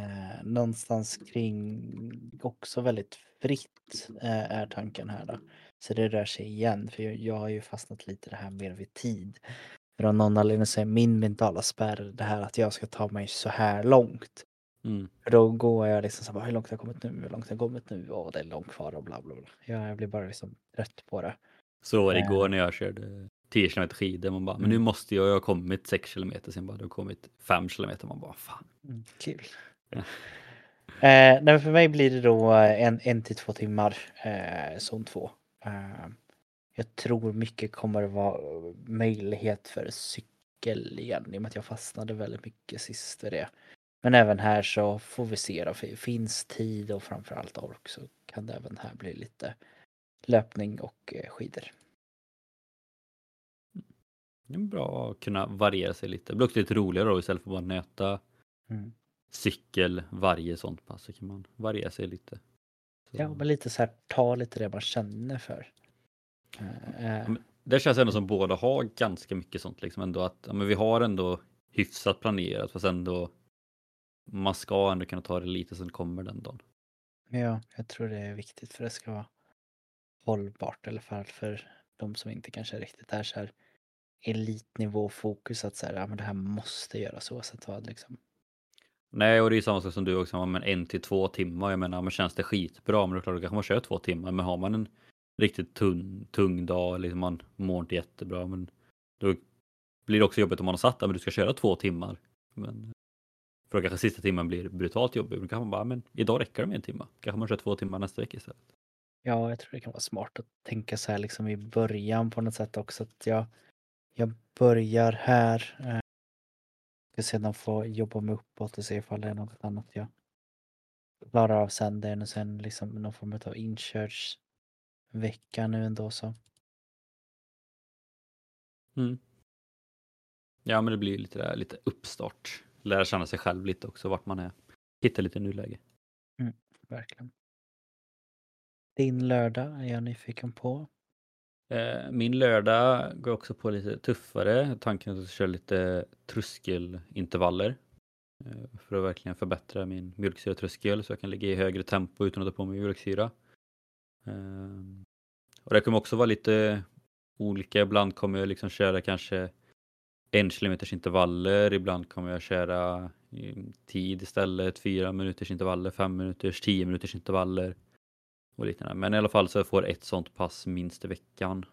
Någonstans kring också väldigt fritt är tanken här då. Så det rör sig igen, för jag har ju fastnat lite i det här mer vid tid. För av någon anledning så är min mentala spärr det här att jag ska ta mig så här långt. Mm. För då går jag liksom så bara, hur långt har jag kommit nu? Hur långt har jag kommit nu? Åh, det är långt kvar och bla bla bla. Jag blir bara liksom trött på det. Så var det Eh, igår när jag körde 10 km skidor. Man bara, men nu måste jag ha kommit 6 kilometer, sen bara, det har kommit 5 kilometer. Man bara, fan. Kul. Ja. Nej, för mig blir det då 1 till 2 timmar, zon 2. Jag tror mycket kommer att vara möjlighet för cykel igen, i och med att jag fastnade väldigt mycket sist i det. Men även här så får vi se då, finns tid och framförallt ork så kan det även här bli lite löpning och skidor. Det är bra att kunna variera sig lite. Det blir också lite roligare då, istället för att bara nöta cykel varje sånt pass, så kan man variera sig lite. Så. Ja, men lite så här, ta lite det man känner för. Det känns ändå som båda har ganska mycket sånt liksom ändå, att ja, men vi har ändå hyfsat planerat, fast ändå man ska ändå kunna ta det lite, sen kommer den dagen. Ja, jag tror det är viktigt för det ska vara hållbart, i alla fall för de som inte kanske riktigt är så här elitnivå fokus, att så här, ja, men det här måste göras oavsett vad liksom. Nej, och det är samma sak som du också, men 1 till 2 timmar. Jag menar, men känns det skitbra, men det är klart, då kanske man kör 2 timmar. Men har man en riktigt tung dag, liksom man mår inte jättebra, men då blir det också jobbigt om man har satt där, men du ska köra 2 timmar. Men för då kanske sista timmen blir brutalt jobbig. Då kanske man bara, men idag räcker det med 1 timme. Kanske man kör 2 timmar nästa vecka istället. Ja, jag tror det kan vara smart att tänka så här liksom i början på något sätt också, att jag börjar här. Ska sedan få jobba mig uppåt och se ifall det är något annat jag klarar av sen. Det är och sen liksom någon form av inkörsvecka nu ändå så. Mm. Ja, men det blir lite där, lite uppstart. Lära känna sig själv lite också, vart man är. Hitta lite nuläge. Verkligen. Din lördag är jag nyfiken på. Min lördag går också på lite tuffare. Tanken är att köra lite tröskelintervaller. För att verkligen förbättra min mjölksyratröskel så jag kan ligga i högre tempo utan att ta på mig mjölksyra. Och det kommer också vara lite olika. Ibland kommer jag liksom köra kanske 1 kilometers intervaller. Ibland kommer jag köra i tid istället. 4 minuters intervaller, 5 minuters, 10 minuters intervaller. Och liknande. Men i alla fall så får jag ett sånt pass minst i veckan.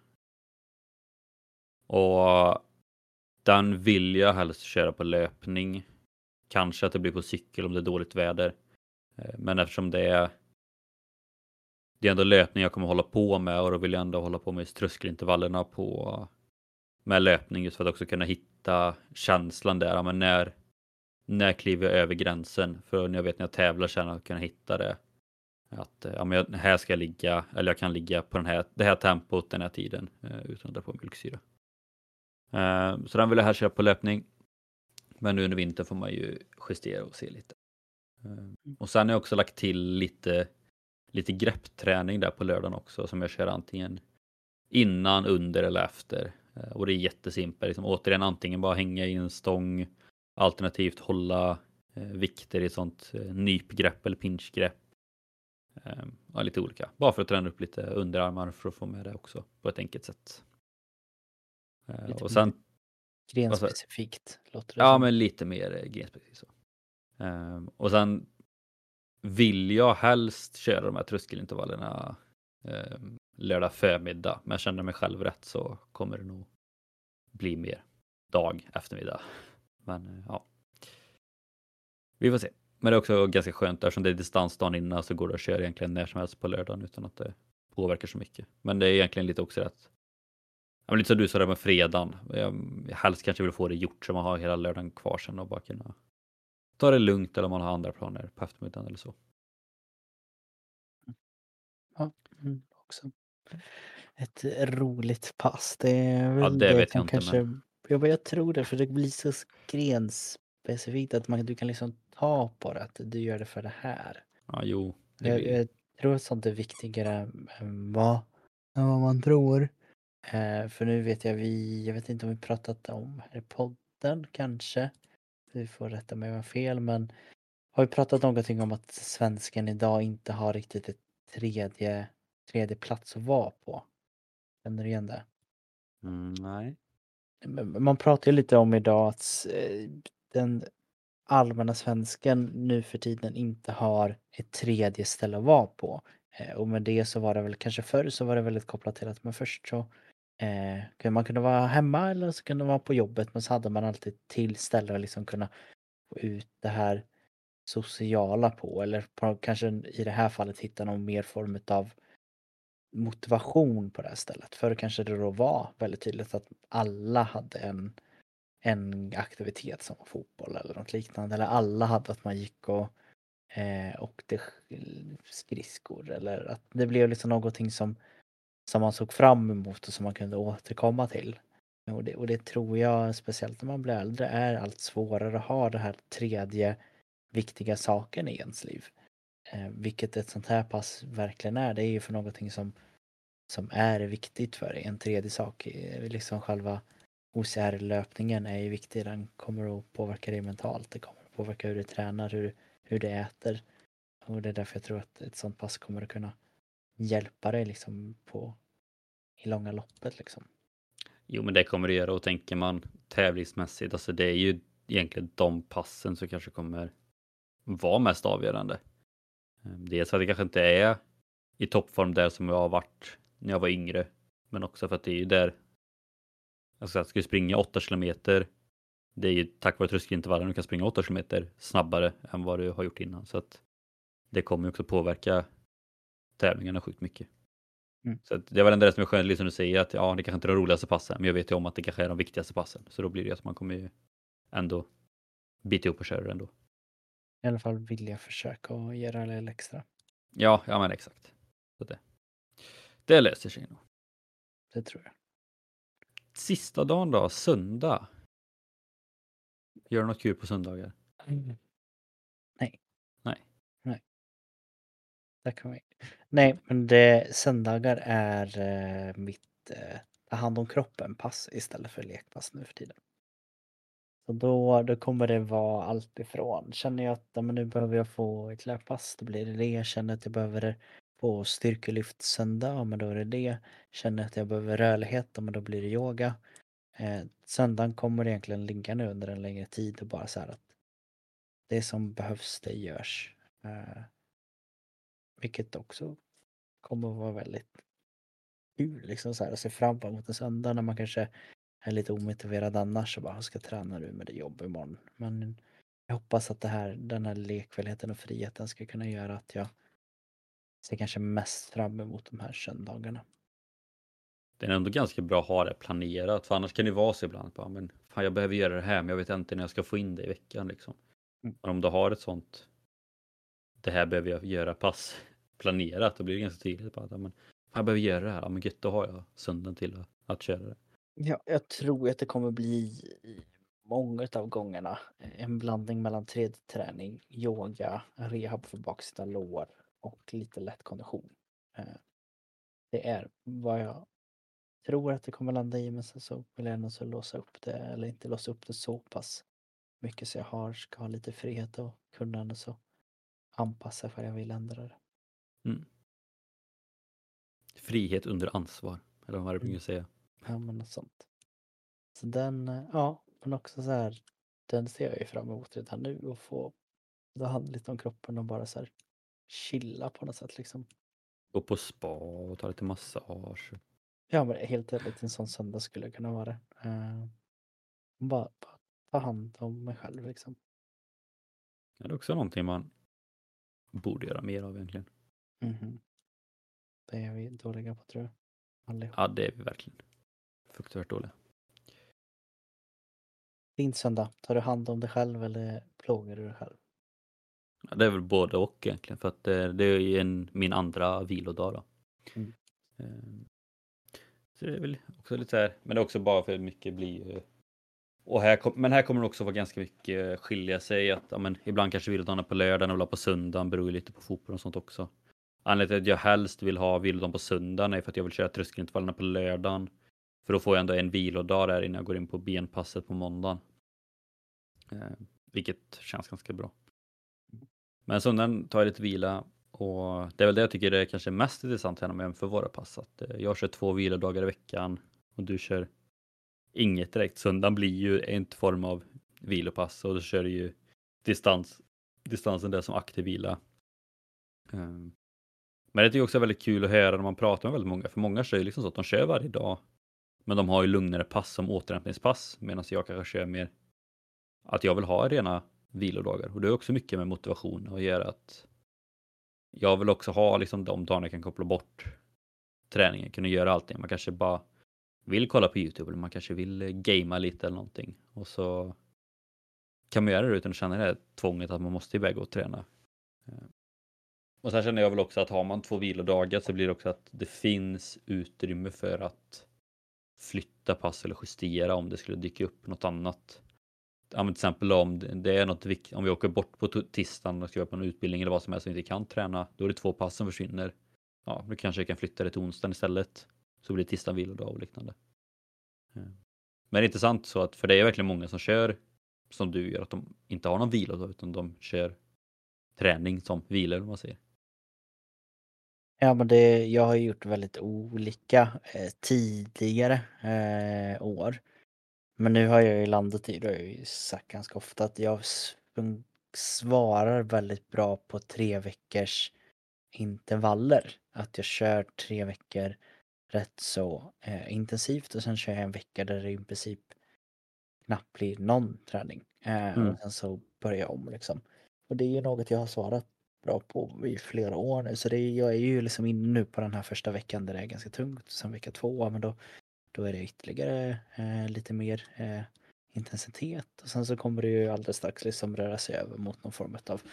Och den vill jag helst köra på löpning. Kanske att det blir på cykel om det är dåligt väder. Men eftersom det är ändå löpning jag kommer hålla på med, och då vill jag ändå hålla på med tröskelintervallerna med löpning, just för att också kunna hitta känslan där. Ja, men när kliver jag över gränsen? För när jag vet när jag tävlar, känner att kunna hitta det. Att ja, men här ska jag ligga, eller jag kan ligga på det här tempot den här tiden utan att dra på mjölksyra. Så den vill jag här köra på löpning. Men nu under vintern får man ju justera och se lite. Och sen har jag också lagt till lite greppträning där på lördagen också, som jag kör antingen innan, under eller efter. Och det är jättesimpelt. Liksom, återigen antingen bara hänga i en stång, alternativt hålla vikter i ett sånt nypgrepp eller pinchgrepp. Ja, lite olika. Bara för att träna upp lite underarmar för att få med det också på ett enkelt sätt. Lite Och sen grenspecifikt låter det ja, som. men lite mer grenspecifikt så. Och sen vill jag helst köra de här tröskelintervallerna lördag förmiddag. Men jag känner mig själv rätt så kommer det nog bli mer dag, eftermiddag. Men ja. Vi får se. Men det är också ganska skönt, eftersom det är distans dagen innan så går det att köra egentligen när som helst på lördagen utan att det påverkar så mycket. Men det är egentligen lite också rätt. Ja, men lite som du sa där med fredagen. Jag helst kanske vill få det gjort så man har hela lördagen kvar sen och bara kunna ta det lugnt, eller om man har andra planer på eftermiddagen eller så. Ja, också. Ett roligt pass. Det är Ja, väl det det vet jag som inte, kanske... men Jag tror det, för det blir så grenspecifikt att du kan liksom ta på det, att du gör det för det här. ja, jo, det Jag, blir jag tror att sånt är viktigare än vad man tror. För nu vet jag vet inte om vi pratat om här i podden kanske. Vi får rätta mig om jag har fel, men har vi pratat någonting om att svensken idag inte har riktigt ett tredje plats att vara på? Känner du igen det? Nej. Man pratar ju lite om idag att den allmänna svensken nu för tiden inte har ett tredje ställe att vara på. Och med det så var det väl kanske förr så var det väldigt kopplat till att man först så man kunde vara hemma eller så kunde man vara på jobbet men så hade man alltid till ställe att liksom kunna få ut det här sociala på eller på, kanske i det här fallet hitta någon mer form av motivation på det här stället. Förr kanske det då var väldigt tydligt att alla hade en aktivitet som var fotboll eller något liknande. Eller alla hade att man gick och åkte skridskor eller att det blev liksom någonting som man såg fram emot och som man kunde återkomma till. Och det tror jag, speciellt när man blir äldre, är allt svårare att ha det här tredje viktiga saken i ens liv. Vilket ett sånt här pass verkligen är. Det är ju för någonting som är viktigt för dig. En tredje sak, liksom själva OCR-löpningen är ju viktig. Den kommer att påverka dig mentalt. Det kommer att påverka hur du tränar, hur du äter. Och det är därför jag tror att ett sånt pass kommer att kunna hjälpa dig liksom i långa loppet liksom. Jo, men det kommer det göra, och tänker man tävlingsmässigt, alltså det är ju egentligen de passen som kanske kommer vara mest avgörande. Dels för att det kanske inte är i toppform där som jag har varit när jag var yngre, men också för att det är ju där, alltså att skulle springa 8 kilometer, det är ju tack vare tröskelintervallen du kan springa 8 kilometer snabbare än vad du har gjort innan, så att det kommer ju också påverka tävlingarna sjukt mycket. Så att det var den där som är skönt, liksom du säger, att ja, det kanske inte är de roligaste passen, men jag vet ju om att det kanske är de viktigaste passen, så då blir det ju att man kommer ju ändå bita ihop och köra ändå. I alla fall vilja försöka och göra det extra. Ja, men exakt. Så det löser sig nog. Det tror jag. Sista dagen då, söndag. Gör du något kul på söndagar? Nej. Nej. Det kan vi. Nej, men söndagar är mitt ta hand om kroppen-pass istället för lekpass nu för tiden. Så då kommer det vara allt ifrån. Känner jag att ja, men nu behöver jag få ett löppass, då blir det det. Känner att jag behöver få styrkelyft söndag, ja, men då är det det. Känner att jag behöver rörlighet, ja, men då blir det yoga. Söndagen kommer egentligen ligga nu under en längre tid och bara så här att det som behövs, det görs. Vilket också kommer att vara väldigt kul liksom så här, att se fram emot en söndag när man kanske är lite omotiverad annars och bara ska träna nu med det jobb imorgon. Men jag hoppas att den här lekfullheten och friheten ska kunna göra att jag ser kanske mest fram emot de här söndagarna. Det är ändå ganska bra att ha det planerat, för annars kan det vara så ibland bara, men fan, jag behöver göra det här, men jag vet inte när jag ska få in det i veckan liksom. Men om du har ett sånt, det här behöver jag göra pass planerat, då blir det ganska tydligt bara att men, jag behöver göra det här, men gött, då har jag söndagen till att köra det. Ja, jag tror att det kommer bli många av gångerna en blandning mellan 3D-träning, yoga, rehab för baksida lår och lite lätt kondition. Det är vad jag tror att det kommer landa i, men sen så vill jag ändå så låsa upp det, eller inte låsa upp det så pass mycket så jag ska ha lite frihet och kunnande så anpassa för jag vill ändra det. Frihet under ansvar, eller vad man brukar säga. Ja, men något sånt. Så ja, men också så här, den ser jag ju fram emot redan nu och få ta hand lite om kroppen och bara så här chilla på något sätt liksom. Gå på spa och ta lite massage. Ja, men helt ärligt, en sån söndag skulle kunna vara det. Bara ta hand om mig själv liksom. Det är också någonting man borde göra mer av egentligen. Det är vi dåliga på, tror jag. Allihop. Ja, det är vi verkligen. Fruktansvärt dåliga. Din söndag, tar du hand om dig själv eller plågar du dig själv? Ja, det är väl både och egentligen, för att det är ju min andra vilodag då. Så det är väl också lite så här, men det är också bara för mycket blir och men här kommer det också vara ganska mycket skilja sig, att ja, men ibland kanske vilodagen är på lördagen och på söndagen, beror ju lite på fotboll och sånt också. Anledningen till att jag helst vill ha vilodagen på söndagen är för att jag vill köra tröskelintervallerna på lördagen, för då får jag ändå en vilodag där innan jag går in på benpasset på måndagen. Vilket känns ganska bra. Men söndagen tar jag lite vila Och det är väl det jag tycker är kanske mest intressant här när man jämför våra pass. Att jag kör 2 vilodagar i veckan och du kör inget direkt. Söndagen blir ju en form av vilopass och då kör du ju distansen där som aktiv vila. Men det tycker jag också är väldigt kul att höra när man pratar med väldigt många. För många kör ju liksom så att de kör varje dag. Men de har ju lugnare pass som återhämtningspass. Medan jag kanske kör mer att jag vill ha rena vilodagar. Och det är också mycket med motivation att göra att jag vill också ha liksom de dagarna jag kan koppla bort träningen, kunna göra allting. Man kanske bara vill kolla på YouTube eller man kanske vill gamea lite eller någonting. Och så kan man göra det utan att känna det här tvånget att man måste iväg och träna. Och sen känner jag väl också att har man 2 vilodagar så blir det också att det finns utrymme för att flytta pass eller justera om det skulle dyka upp något annat. Ja, men till exempel om det är något viktigt, om vi åker bort på tisdagen och ska göra på en utbildning eller vad som helst som vi inte kan träna, då är det 2 pass som försvinner. Ja, då kanske jag kan flytta det till onsdagen istället. Så blir det tisdag vilodag och liknande. Men det är intressant så att för det är verkligen många som kör som du gör, att de inte har någon vilodag utan de kör träning som vila om man säger. Ja, men jag har gjort väldigt olika tidigare år. Men nu har jag ju landat i, det har jag ju sagt ganska ofta, att jag svarar väldigt bra på 3 veckors intervaller. Att jag kör 3 veckor rätt så intensivt och sen kör jag en vecka där det i princip knappt blir någon träning. Och sen så börjar jag om liksom. Och det är ju något jag har svarat bra på i flera år nu. Så jag är ju liksom inne nu på den här första veckan där det är ganska tungt. Sen vecka 2, men då är det ytterligare lite mer intensitet. Och sen så kommer det ju alldeles strax liksom röra sig över mot någon form av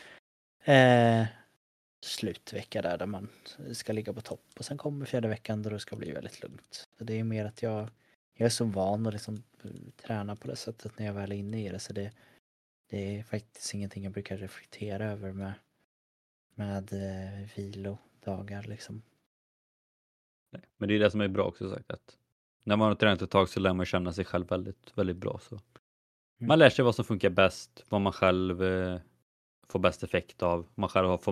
slutvecka där man ska ligga på topp. Och sen kommer 4:e veckan då det ska bli väldigt lugnt. Så det är mer att jag är så van att liksom träna på det sättet när jag väl är inne i det. Så det är faktiskt ingenting jag brukar reflektera över med vilodagar liksom. Nej, men det är det som är bra också sagt att när man har tränat ett tag så lär man känna sig själv väldigt, väldigt bra. Så. Man lär sig vad som funkar bäst, vad man själv får bäst effekt av, man själv får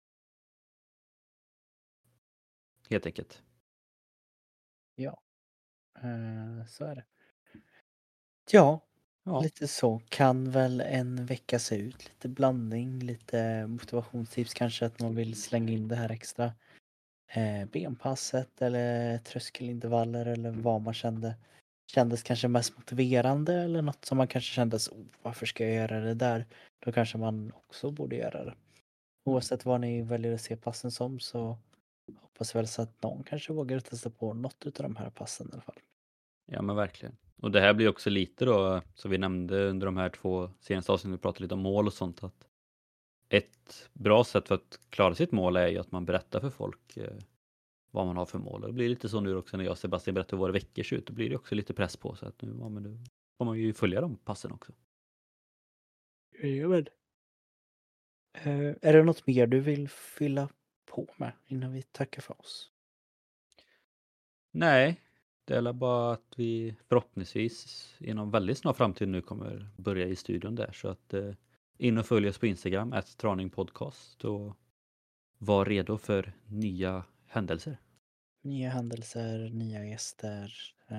helt enkelt. Ja, så är det. Ja, Ja, lite så kan väl en vecka se ut. Lite blandning, lite motivationstips kanske att man vill slänga in det här extra benpasset eller tröskelintervaller eller vad man kändes kanske mest motiverande eller något som man kanske kändes varför ska jag göra det där? Då kanske man också borde göra det. Oavsett vad ni väljer att se passen som så hoppas jag väl så att någon kanske vågar testa på något utav de här passen i alla fall. ja men verkligen. Och det här blir också lite då, som vi nämnde under de här 2 senaste avsnitten, vi pratade lite om mål och sånt, att ett bra sätt för att klara sitt mål är ju att man berättar för folk vad man har för mål. Och det blir lite så nu också när jag och Sebastian berättar hur våra veckor ser ut, då blir det också lite press på sig att nu, ja, men nu får man ju följa de passen också. Jajamän. Är det något mer du vill fylla på med innan vi tackar för oss? Nej, det är bara att vi förhoppningsvis inom väldigt snar framtid nu kommer börja i studion där. Så att in och följ oss på Instagram, @traningpodcast, och var redo för nya händelser. Nya händelser, nya gäster.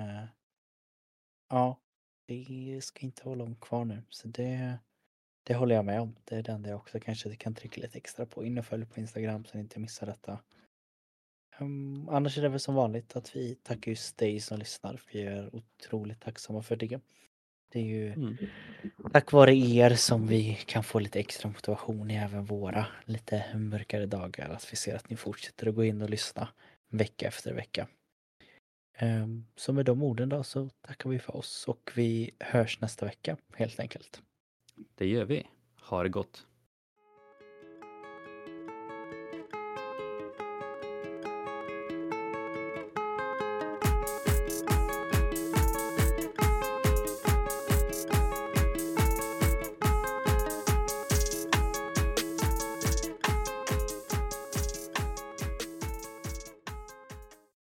Ja, det ska inte vara långt kvar nu. Så det håller jag med om. Det är det enda jag också kanske kan trycka lite extra på. In och följ på Instagram så ni inte missar detta. Annars är det väl som vanligt att vi tackar just dig som lyssnar. Vi är otroligt tacksamma för det. Det är ju tack vare er som vi kan få lite extra motivation i även våra lite mörkare dagar. Att vi ser att ni fortsätter att gå in och lyssna vecka efter vecka. Så med de orden då så tackar vi för oss och vi hörs nästa vecka helt enkelt. Det gör vi. Ha det gott.